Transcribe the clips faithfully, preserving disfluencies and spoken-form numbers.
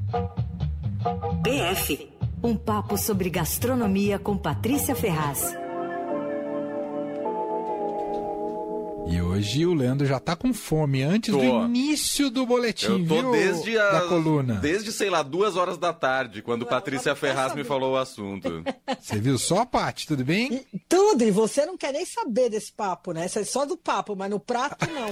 P F, um papo sobre gastronomia com Patrícia Ferraz. E hoje o Leandro já tá com fome, antes tô. do início do boletim, Eu tô viu? desde a, da coluna. Desde, sei lá, duas horas da tarde, quando Não, Patrícia Ferraz me falou o assunto. Você viu só, Paty? Tudo bem? E, tudo, e você não quer nem saber desse papo, né? Você é só do papo, mas no prato não,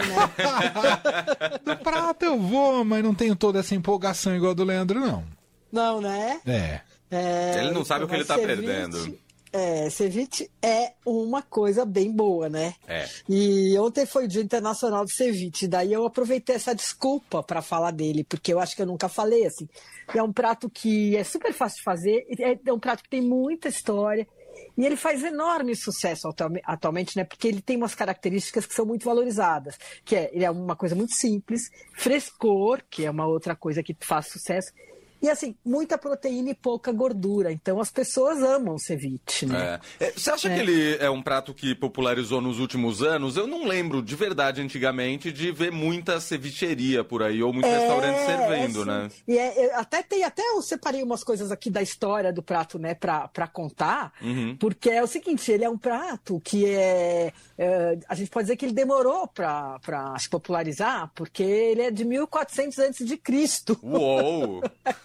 né? Do prato eu vou, mas não tenho toda essa empolgação igual a do Leandro, não. Não, né? É. É, Ele não sabe o que ele tá ceviche, perdendo. É, ceviche é uma coisa bem boa, né? É. E ontem foi o Dia Internacional do Ceviche, daí eu aproveitei essa desculpa para falar dele, porque eu acho que eu nunca falei assim. É um prato que é super fácil de fazer, é um prato que tem muita história, e ele faz enorme sucesso atualmente, né? Porque ele tem umas características que são muito valorizadas, que é, ele é uma coisa muito simples, frescor, que é uma outra coisa que faz sucesso, e assim, muita proteína e pouca gordura. Então as pessoas amam o ceviche, né? É. Você acha É. que ele é um prato que popularizou nos últimos anos? Eu não lembro de verdade, antigamente, de ver muita cevicheria por aí, ou muito É, restaurante servindo, é, sim. né? E é, eu até tem, até eu separei umas coisas aqui da história do prato, né, pra, pra contar, Uhum. porque é o seguinte, ele é um prato que é, é a gente pode dizer que ele demorou pra, pra se popularizar, porque ele é de mil e quatrocentos antes de Cristo. Uou!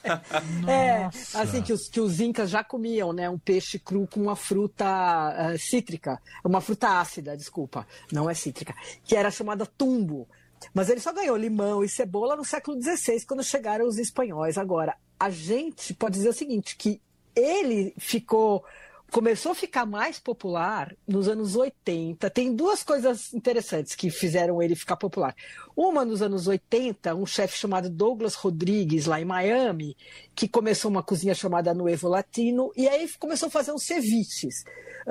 É, Nossa. assim, que os, que os incas já comiam, né? Um peixe cru com uma fruta uh, cítrica, uma fruta ácida, desculpa, não é cítrica, que era chamada tumbo. Mas ele só ganhou limão e cebola no século dezesseis, quando chegaram os espanhóis. Agora, a gente pode dizer o seguinte, que ele ficou... começou a ficar mais popular nos anos oitenta. Tem duas coisas interessantes que fizeram ele ficar popular. Uma, nos anos oitenta, um chefe chamado Douglas Rodrigues, lá em Miami, que começou uma cozinha chamada Nuevo Latino, e aí começou a fazer uns ceviches.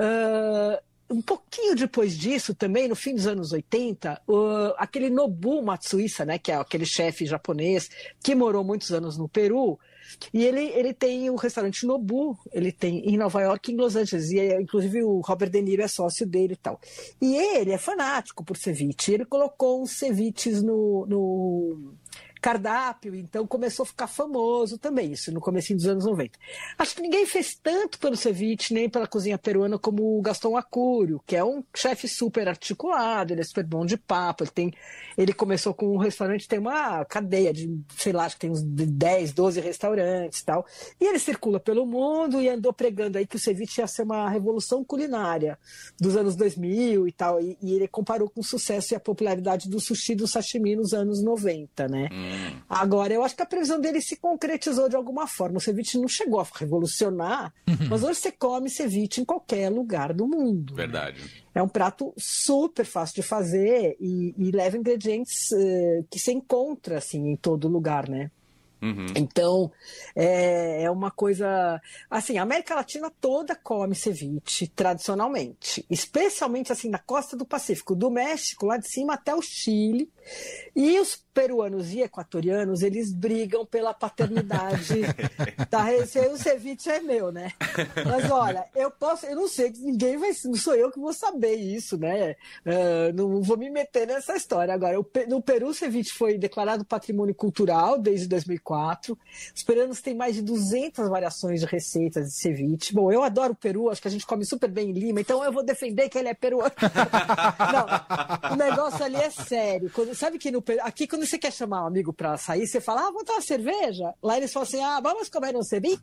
Uh, um pouquinho depois disso, também, no fim dos anos oitenta, uh, aquele Nobu Matsuhisa, né, que é aquele chefe japonês que morou muitos anos no Peru, e ele, ele tem o restaurante Nobu, ele tem em Nova York e em Los Angeles, e é, inclusive o Robert De Niro é sócio dele e tal. E ele é fanático por ceviche, ele colocou uns ceviches no, no cardápio, então começou a ficar famoso também, isso no comecinho dos anos noventa. Acho que ninguém fez tanto pelo ceviche, nem pela cozinha peruana, como o Gastão Acúrio, que é um chefe super articulado, ele é super bom de papo, ele tem, ele começou com um restaurante, tem uma cadeia de, sei lá, acho que tem uns dez, doze restaurantes e tal, e ele circula pelo mundo e andou pregando aí que o ceviche ia ser uma revolução culinária dos anos dois mil e tal, e, e ele comparou com o sucesso e a popularidade do sushi e do sashimi nos anos noventa, né? Hum. Agora, eu acho que a previsão dele se concretizou de alguma forma. O ceviche não chegou a revolucionar, uhum. mas hoje você come ceviche em qualquer lugar do mundo. Verdade. Né? É um prato super fácil de fazer e, e leva ingredientes uh, que se encontra assim, em todo lugar, né? Uhum. Então, é, é uma coisa... Assim, a América Latina toda come ceviche, tradicionalmente. Especialmente, assim, na costa do Pacífico. Do México, lá de cima, até o Chile. E os peruanos e equatorianos, eles brigam pela paternidade da região. O ceviche é meu, né? Mas, olha, eu posso... Eu não sei, ninguém vai... Não sou eu que vou saber isso, né? Uh, não vou me meter nessa história. Agora, no Peru, o ceviche foi declarado patrimônio cultural desde dois mil e quatro. Os peruanos têm mais de duzentas variações de receitas de ceviche. Bom, eu adoro o Peru, acho que a gente come super bem em Lima, então eu vou defender que ele é peruano. Não, o negócio ali é sério. Quando, sabe que no Peru, aqui quando você quer chamar um amigo pra sair, você fala, ah, vamos tomar uma cerveja? Lá eles falam assim, ah, vamos comer um ceviche?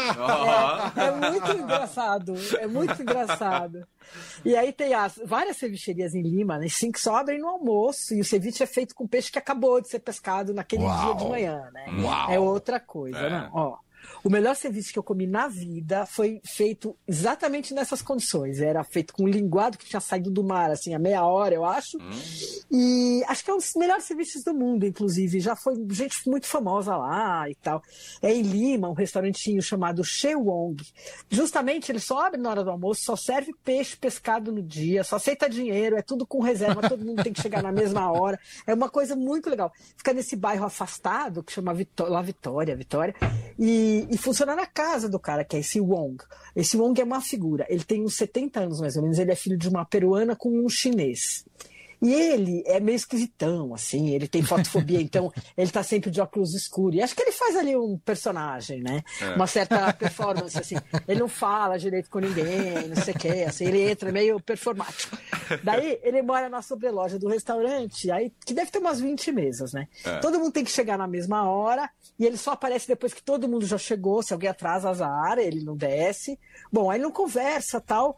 É, é muito engraçado, é muito engraçado. E aí tem as, várias cevicherias em Lima, né, sim, que só abrem no almoço, e o ceviche é feito com peixe que acabou de ser pescado naquele Uau. dia de manhã, né? Uau. É outra coisa, é. Não, ó. O melhor ceviche que eu comi na vida foi feito exatamente nessas condições. Era feito com linguado que tinha saído do mar, assim, a meia hora, eu acho. Hum. E acho que é um dos melhores ceviches do mundo, inclusive. Já foi gente muito famosa lá e tal. É em Lima, um restaurantinho chamado Shewong. Justamente, ele só abre na hora do almoço, só serve peixe pescado no dia, só aceita dinheiro, é tudo com reserva, todo mundo tem que chegar na mesma hora. É uma coisa muito legal. Fica nesse bairro afastado, que chama Vitó- La Vitória, Vitória, e E, e funciona na casa do cara, que é esse Wong. Esse Wong é uma figura. Ele tem uns setenta anos, mais ou menos. Ele é filho de uma peruana com um chinês. E ele é meio esquisitão, assim, ele tem fotofobia, então ele tá sempre de óculos escuros. E acho que ele faz ali um personagem, né? É. Uma certa performance, assim. Ele não fala direito com ninguém, não sei o quê, assim, ele entra meio performático. Daí ele mora na sobreloja do restaurante, aí, que deve ter umas vinte mesas, né? É. Todo mundo tem que chegar na mesma hora, e ele só aparece depois que todo mundo já chegou, se alguém atrasa, azar, ele não desce. Bom, aí não conversa, tal,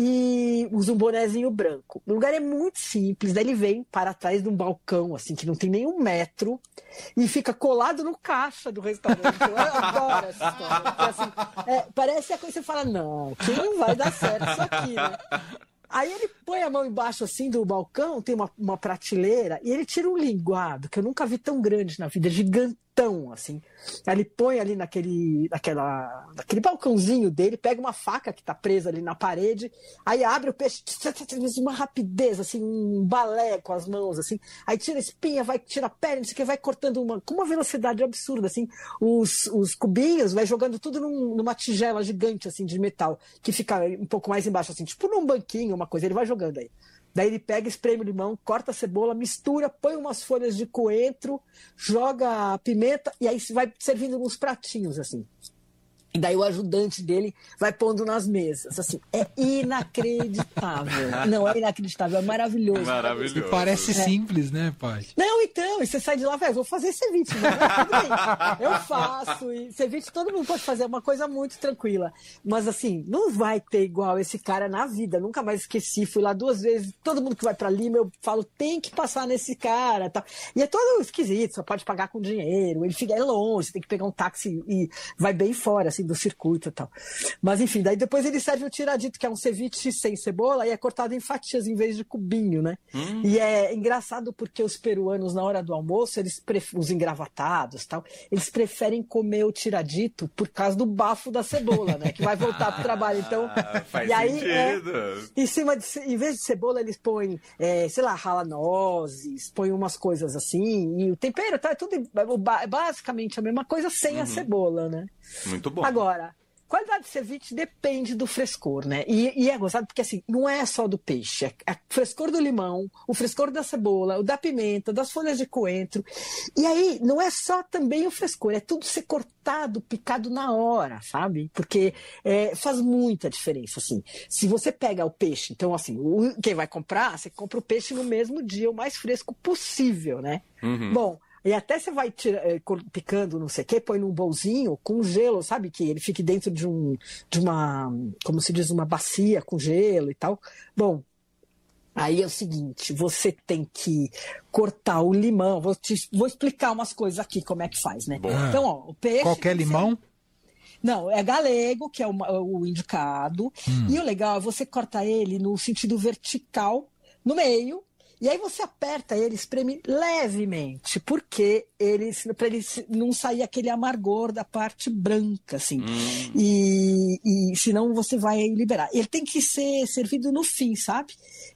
e usa um bonezinho branco. O lugar é muito simples, daí ele vem para trás de um balcão, assim, que não tem nem um metro, e fica colado no caixa do restaurante. Eu adoro essa história. Porque, assim, é, parece a coisa que você fala, não, que não vai dar certo isso aqui, né? Aí ele põe a mão embaixo, assim, do balcão, tem uma, uma prateleira, e ele tira um linguado, que eu nunca vi tão grande na vida, gigantão, assim. Aí ele põe ali naquele, naquela, naquele balcãozinho dele, pega uma faca que tá presa ali na parede, aí abre o peixe, uma rapidez, assim, um balé com as mãos, assim. Aí tira a espinha, vai, tira a pele, não sei o que, vai cortando uma, com uma velocidade absurda, assim. Os, os cubinhos, vai jogando tudo num, numa tigela gigante, assim, de metal, que fica um pouco mais embaixo, assim, tipo num banquinho, uma coisa, ele vai jogando aí. Daí ele pega, espreme o limão, corta a cebola, mistura, põe umas folhas de coentro, joga a pimenta e aí vai servindo nos pratinhos, assim. E daí o ajudante dele vai pondo nas mesas. Assim, é inacreditável. Não, é inacreditável, é maravilhoso. Maravilhoso. E parece é. simples, né, pai? Não, então, e você sai de lá e vai, vou fazer ceviche. Né? Tudo bem, eu faço. E ceviche todo mundo pode fazer, é uma coisa muito tranquila. Mas assim, não vai ter igual esse cara na vida. Nunca mais esqueci, fui lá duas vezes. Todo mundo que vai pra Lima, eu falo, tem que passar nesse cara. Tá? E é todo esquisito, só pode pagar com dinheiro. Ele fica é longe, tem que pegar um táxi e vai bem fora, assim, do circuito e tal. Mas enfim, daí depois ele serve o tiradito, que é um ceviche sem cebola e é cortado em fatias em vez de cubinho, né? Hum. E é engraçado porque os peruanos, na hora do almoço, eles pref... os engravatados tal, eles preferem comer o tiradito por causa do bafo da cebola, né? Que vai voltar pro trabalho. Então, ah, faz e aí, sentido. É, em cima de, em vez de cebola, eles põem, é, sei lá, rala nozes, põem umas coisas assim, e o tempero tá tudo basicamente a mesma coisa sem uhum. a cebola, né? Muito bom. Agora, qualidade de ceviche depende do frescor, né? E, e é gostado porque, assim, não é só do peixe. É, é o frescor do limão, o frescor da cebola, o da pimenta, das folhas de coentro. E aí, não é só também o frescor, é tudo ser cortado, picado na hora, sabe? Porque é, faz muita diferença, assim. Se você pega o peixe, então, assim, o, quem vai comprar, você compra o peixe no mesmo dia, o mais fresco possível, né? Uhum. Bom... E até você vai tira, picando, não sei o quê, põe num bolzinho com gelo, sabe? Que ele fique dentro de, um, de uma, como se diz, uma bacia com gelo e tal. Bom, aí é o seguinte, você tem que cortar o limão. Vou, te, vou explicar umas coisas aqui, como é que faz, né? Boa. Então, ó, o peixe... Qualquer limão? Não, é galego, que é o, o indicado. Hum. E o legal é você cortar ele no sentido vertical, no meio. E aí você aperta ele, espreme levemente, porque ele, para ele não sair aquele amargor da parte branca, assim. Hum. E, e senão você vai liberar. Ele tem que ser servido no fim, sabe?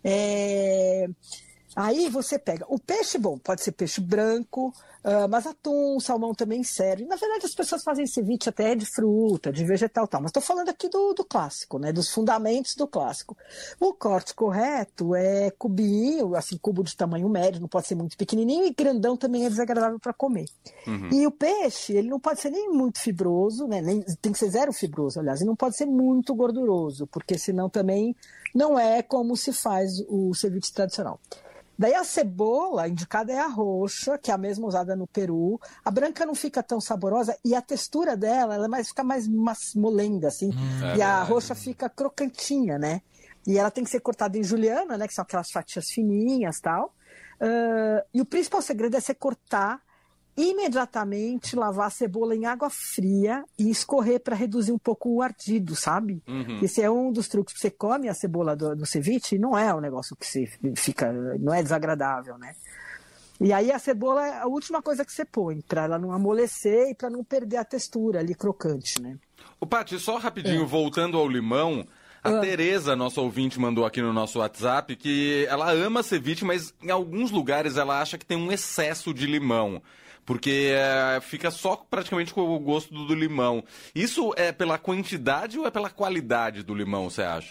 É... Aí você pega o peixe, bom, pode ser peixe branco, uh, mas atum, salmão também serve. Na verdade, as pessoas fazem ceviche até de fruta, de vegetal e tal. Mas estou falando aqui do, do clássico, né? Dos fundamentos do clássico. O corte correto é cubinho, assim, cubo de tamanho médio, não pode ser muito pequenininho, e grandão também é desagradável para comer. Uhum. E o peixe, ele não pode ser nem muito fibroso, né? Nem, tem que ser zero fibroso, aliás, e não pode ser muito gorduroso, porque senão também não é como se faz o ceviche tradicional. Daí a cebola indicada é a roxa, que é a mesma usada no Peru. A branca não fica tão saborosa e a textura dela ela é mais, fica mais molenga, assim. Hum, e é a roxa fica crocantinha, né? E ela tem que ser cortada em juliana, né? Que são aquelas fatias fininhas e tal. Uh, e o principal segredo é você cortar imediatamente, lavar a cebola em água fria e escorrer para reduzir um pouco o ardido, sabe? Uhum. Esse é um dos truques. Você come a cebola do, do ceviche e não é um negócio que você fica, não é desagradável, né? E aí a cebola é a última coisa que você põe, para ela não amolecer e para não perder a textura ali crocante, né? Ô, Paty, só rapidinho, é. voltando ao limão, a ah. Tereza, nossa ouvinte, mandou aqui no nosso WhatsApp que ela ama ceviche, mas em alguns lugares ela acha que tem um excesso de limão. Porque é, fica só praticamente com o gosto do, do limão. Isso é pela quantidade ou é pela qualidade do limão, você acha?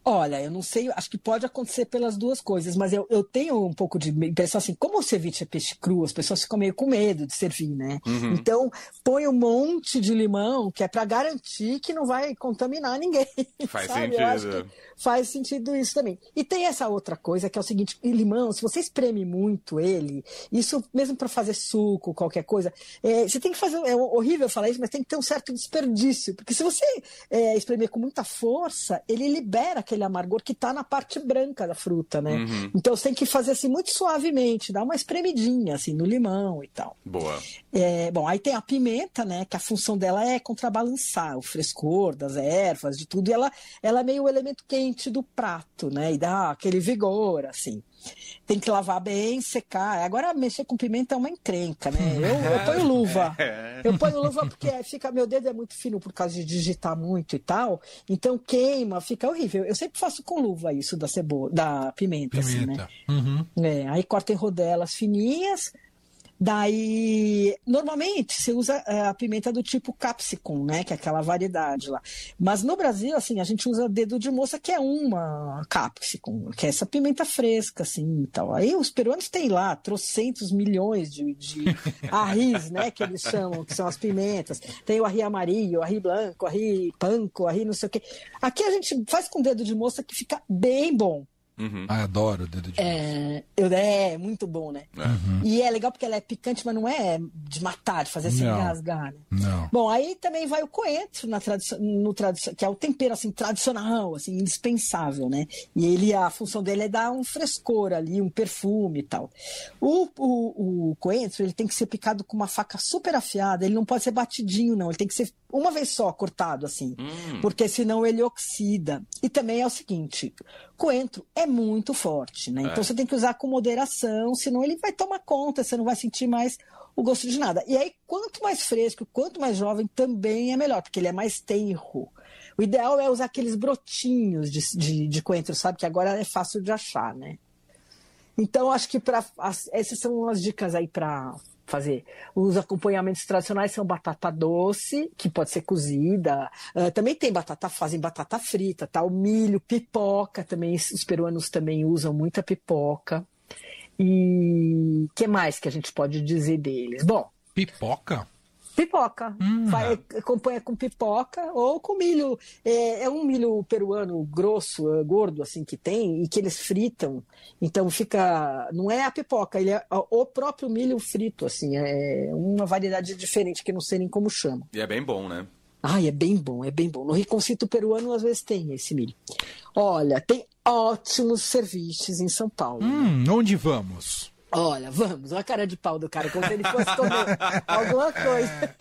Olha, eu não sei, acho que pode acontecer pelas duas coisas, mas eu, eu tenho um pouco de impressão assim, como o ceviche é peixe cru, as pessoas ficam meio com medo de servir, né? Uhum. Então, põe um monte de limão, que é para garantir que não vai contaminar ninguém. Faz sabe? sentido. Eu acho que faz sentido isso também. E tem essa outra coisa, que é o seguinte, o limão, se você espreme muito ele, isso mesmo para fazer suco, qualquer coisa, é, você tem que fazer, é horrível falar isso, mas tem que ter um certo desperdício, porque se você é, espremer com muita força, ele libera aquele amargor que está na parte branca da fruta, né? Uhum. Então você tem que fazer assim muito suavemente, dar uma espremidinha assim no limão e tal. Boa. É, bom, aí tem a pimenta, né? Que a função dela é contrabalançar o frescor das ervas, de tudo. E ela, ela é meio o elemento quente do prato, né? E dá aquele vigor, assim. Tem que lavar bem, secar. Agora, mexer com pimenta é uma encrenca, né? Eu, eu ponho luva. Eu ponho luva porque fica, meu dedo é muito fino por causa de digitar muito e tal. Então queima, fica horrível. Eu sempre faço com luva isso da cebola, da pimenta, pimenta. assim, né? Uhum. É, aí corta em rodelas fininhas. Daí, normalmente, você usa a pimenta do tipo capsicum, né? Que é aquela variedade lá. Mas no Brasil, assim, a gente usa dedo de moça, que é uma capsicum, que é essa pimenta fresca, assim, e tal. Aí os peruanos têm lá trocentos milhões de, de arris, né? Que eles chamam, que são as pimentas. Tem o arri amarillo, arri branco, arri panco, arri não sei o quê. Aqui a gente faz com dedo de moça que fica bem bom. Uhum. Ah, adoro o dedo de é, eu, é, muito bom, né? Uhum. E é legal porque ela é picante, mas não é de matar, de fazer sem não. rasgar, né? Não. Bom, aí também vai o coentro, na tradição, no tradição, que é o tempero assim, tradicional, assim, indispensável, né? E ele, a função dele é dar um frescor ali, um perfume e tal. O, o, o coentro, ele tem que ser picado com uma faca super afiada, ele não pode ser batidinho, não, ele tem que ser uma vez só cortado, assim, hum. porque senão ele oxida. E também é o seguinte, coentro é muito forte, né? Então é. você tem que usar com moderação, senão ele vai tomar conta, você não vai sentir mais o gosto de nada. E aí, quanto mais fresco, quanto mais jovem, também é melhor, porque ele é mais tenro. O ideal é usar aqueles brotinhos de, de, de coentro, sabe? Que agora é fácil de achar, né? Então, acho que pra, as, essas são as dicas aí para fazer. Os acompanhamentos tradicionais são batata doce, que pode ser cozida. Uh, também tem batata, fazem batata frita, tá? O milho, pipoca também, os peruanos também usam muita pipoca. E o que mais que a gente pode dizer deles? Bom, pipoca? Pipoca. Hum. Vai, acompanha com pipoca ou com milho. É, é um milho peruano grosso, gordo, assim, que tem, e que eles fritam. Então fica. Não é a pipoca, ele é o próprio milho frito, assim. É uma variedade diferente, que não sei nem como chama. E é bem bom, né? Ai, é bem bom, é bem bom. No riconcito peruano, às vezes, tem esse milho. Olha, tem ótimos serviços em São Paulo. Hum, né? Onde vamos? Olha, vamos, olha a cara de pau do cara, como se ele fosse comer alguma coisa.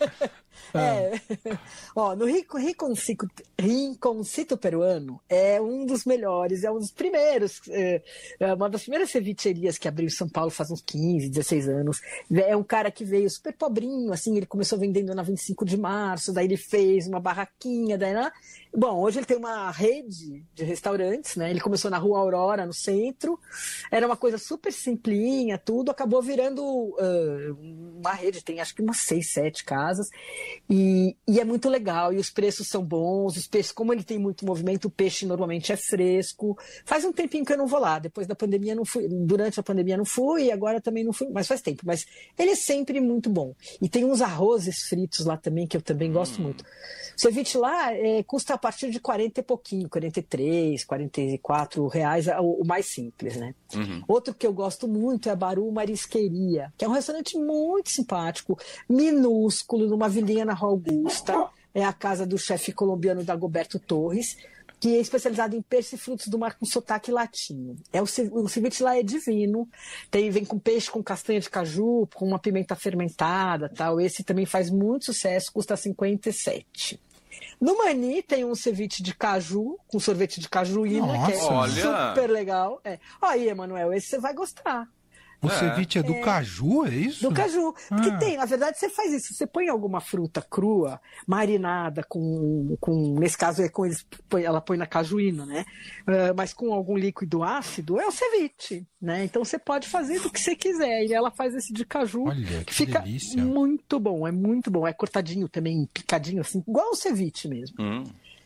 É. Ó, no Rico, Riconcito, Riconcito peruano é um dos melhores, é um dos primeiros, é uma das primeiras cevicherias que abriu em São Paulo faz uns quinze, dezesseis anos. É um cara que veio super pobrinho, assim, ele começou vendendo na vinte e cinco de março, daí ele fez uma barraquinha, daí, né? Bom, hoje ele tem uma rede de restaurantes, né? Ele começou na Rua Aurora, no centro, era uma coisa super simplinha, tudo, acabou virando uh, uma rede, tem acho que umas seis, sete casas, e, e é muito legal, e os preços são bons, os peixes, como ele tem muito movimento, o peixe normalmente é fresco. Faz um tempinho que eu não vou lá, depois da pandemia não fui, durante a pandemia não fui, e agora também não fui, mas faz tempo, mas ele é sempre muito bom. E tem uns arrozes fritos lá também, que eu também hum. gosto muito. O ceviche lá é, custa a partir de quarenta e pouquinho, quarenta e três, quarenta e quatro reais, o, o mais simples, né? Uhum. Outro que eu gosto muito é a Baru Marisqueria, que é um restaurante muito simpático, minúsculo, numa vilinha na Rua Augusta. É a casa do chefe colombiano Dagoberto Torres, que é especializado em peixe e frutos do mar com sotaque latino. É, o, o ceviche lá é divino, tem, vem com peixe com castanha de caju, com uma pimenta fermentada, tal. Esse também faz muito sucesso, custa cinquenta e sete. No Mani tem um ceviche de caju, com sorvete de cajuína, Nossa, que é olha. super legal. É. Aí, Emanuel, esse você vai gostar. O é. ceviche é do é, caju, é isso? Do caju. Porque ah. tem, na verdade, você faz isso. Você põe alguma fruta crua, marinada, com. com nesse caso, é com eles, ela põe na cajuína, né? Uh, mas com algum líquido ácido, é o ceviche, né? Então você pode fazer do que você quiser. E ela faz esse de caju, Olha, que, que fica delícia. Muito bom, é muito bom. É cortadinho também, picadinho, assim, igual o ceviche mesmo. Hum.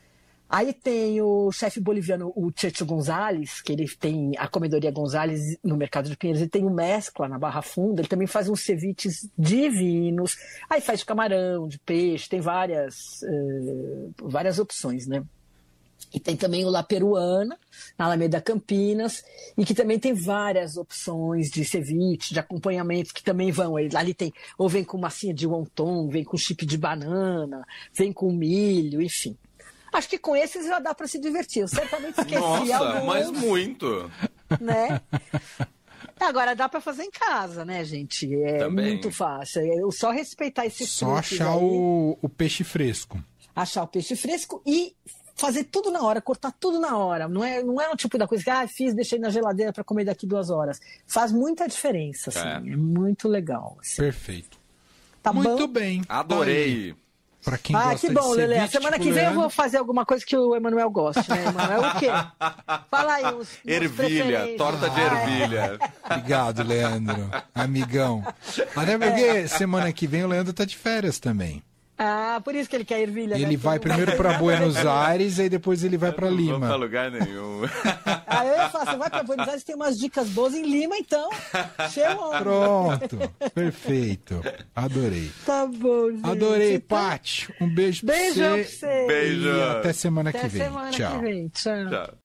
Aí tem o chefe boliviano, o Checho Gonzalez, que ele tem a comedoria Gonzalez no Mercado de Pinheiros, ele tem o Mescla na Barra Funda, ele também faz uns ceviches divinos, aí faz de camarão, de peixe, tem várias, uh, várias opções, né? E tem também o La Peruana, na Alameda Campinas, e que também tem várias opções de ceviche, de acompanhamento, que também vão. Ali tem, ou vem com massinha de wonton, vem com chip de banana, vem com milho, enfim. Acho que com esses já dá para se divertir. Eu certamente esqueci Nossa, alguns, mas muito. Né? Agora dá para fazer em casa, né, gente? É Também. Muito fácil. Eu só respeitar esses Só achar aí, o, o peixe fresco. Achar o peixe fresco e fazer tudo na hora, cortar tudo na hora. Não é, não é um tipo da coisa que ah, fiz, deixei na geladeira para comer daqui duas horas. Faz muita diferença, assim. É, é muito legal. Assim. Perfeito. Tá muito bom? bem. Adorei. Pra quem ah, gosta que bom, de Lelê. ceviche, Semana tipo que vem Leandro... eu vou fazer alguma coisa que o Emanuel goste, né, Emanuel? O quê? Fala aí os, os Ervilha, torta de ervilha. Obrigado, Leandro. Amigão. Até porque é. semana que vem o Leandro tá de férias também. Ah, por isso que ele quer ervilha. Ele né? vai primeiro para Buenos Aires e depois ele vai para Lima. Não vou pra lugar nenhum. Aí eu ia falar, você vai para Buenos Aires, tem umas dicas boas em Lima, então. Chegou. Pronto, perfeito. Adorei. Tá bom, gente. Adorei, então... Paty. Um beijo pra Beijão você. pra você. Beijo. E até semana até que vem. Semana Tchau. Que vem. Tchau. Tchau.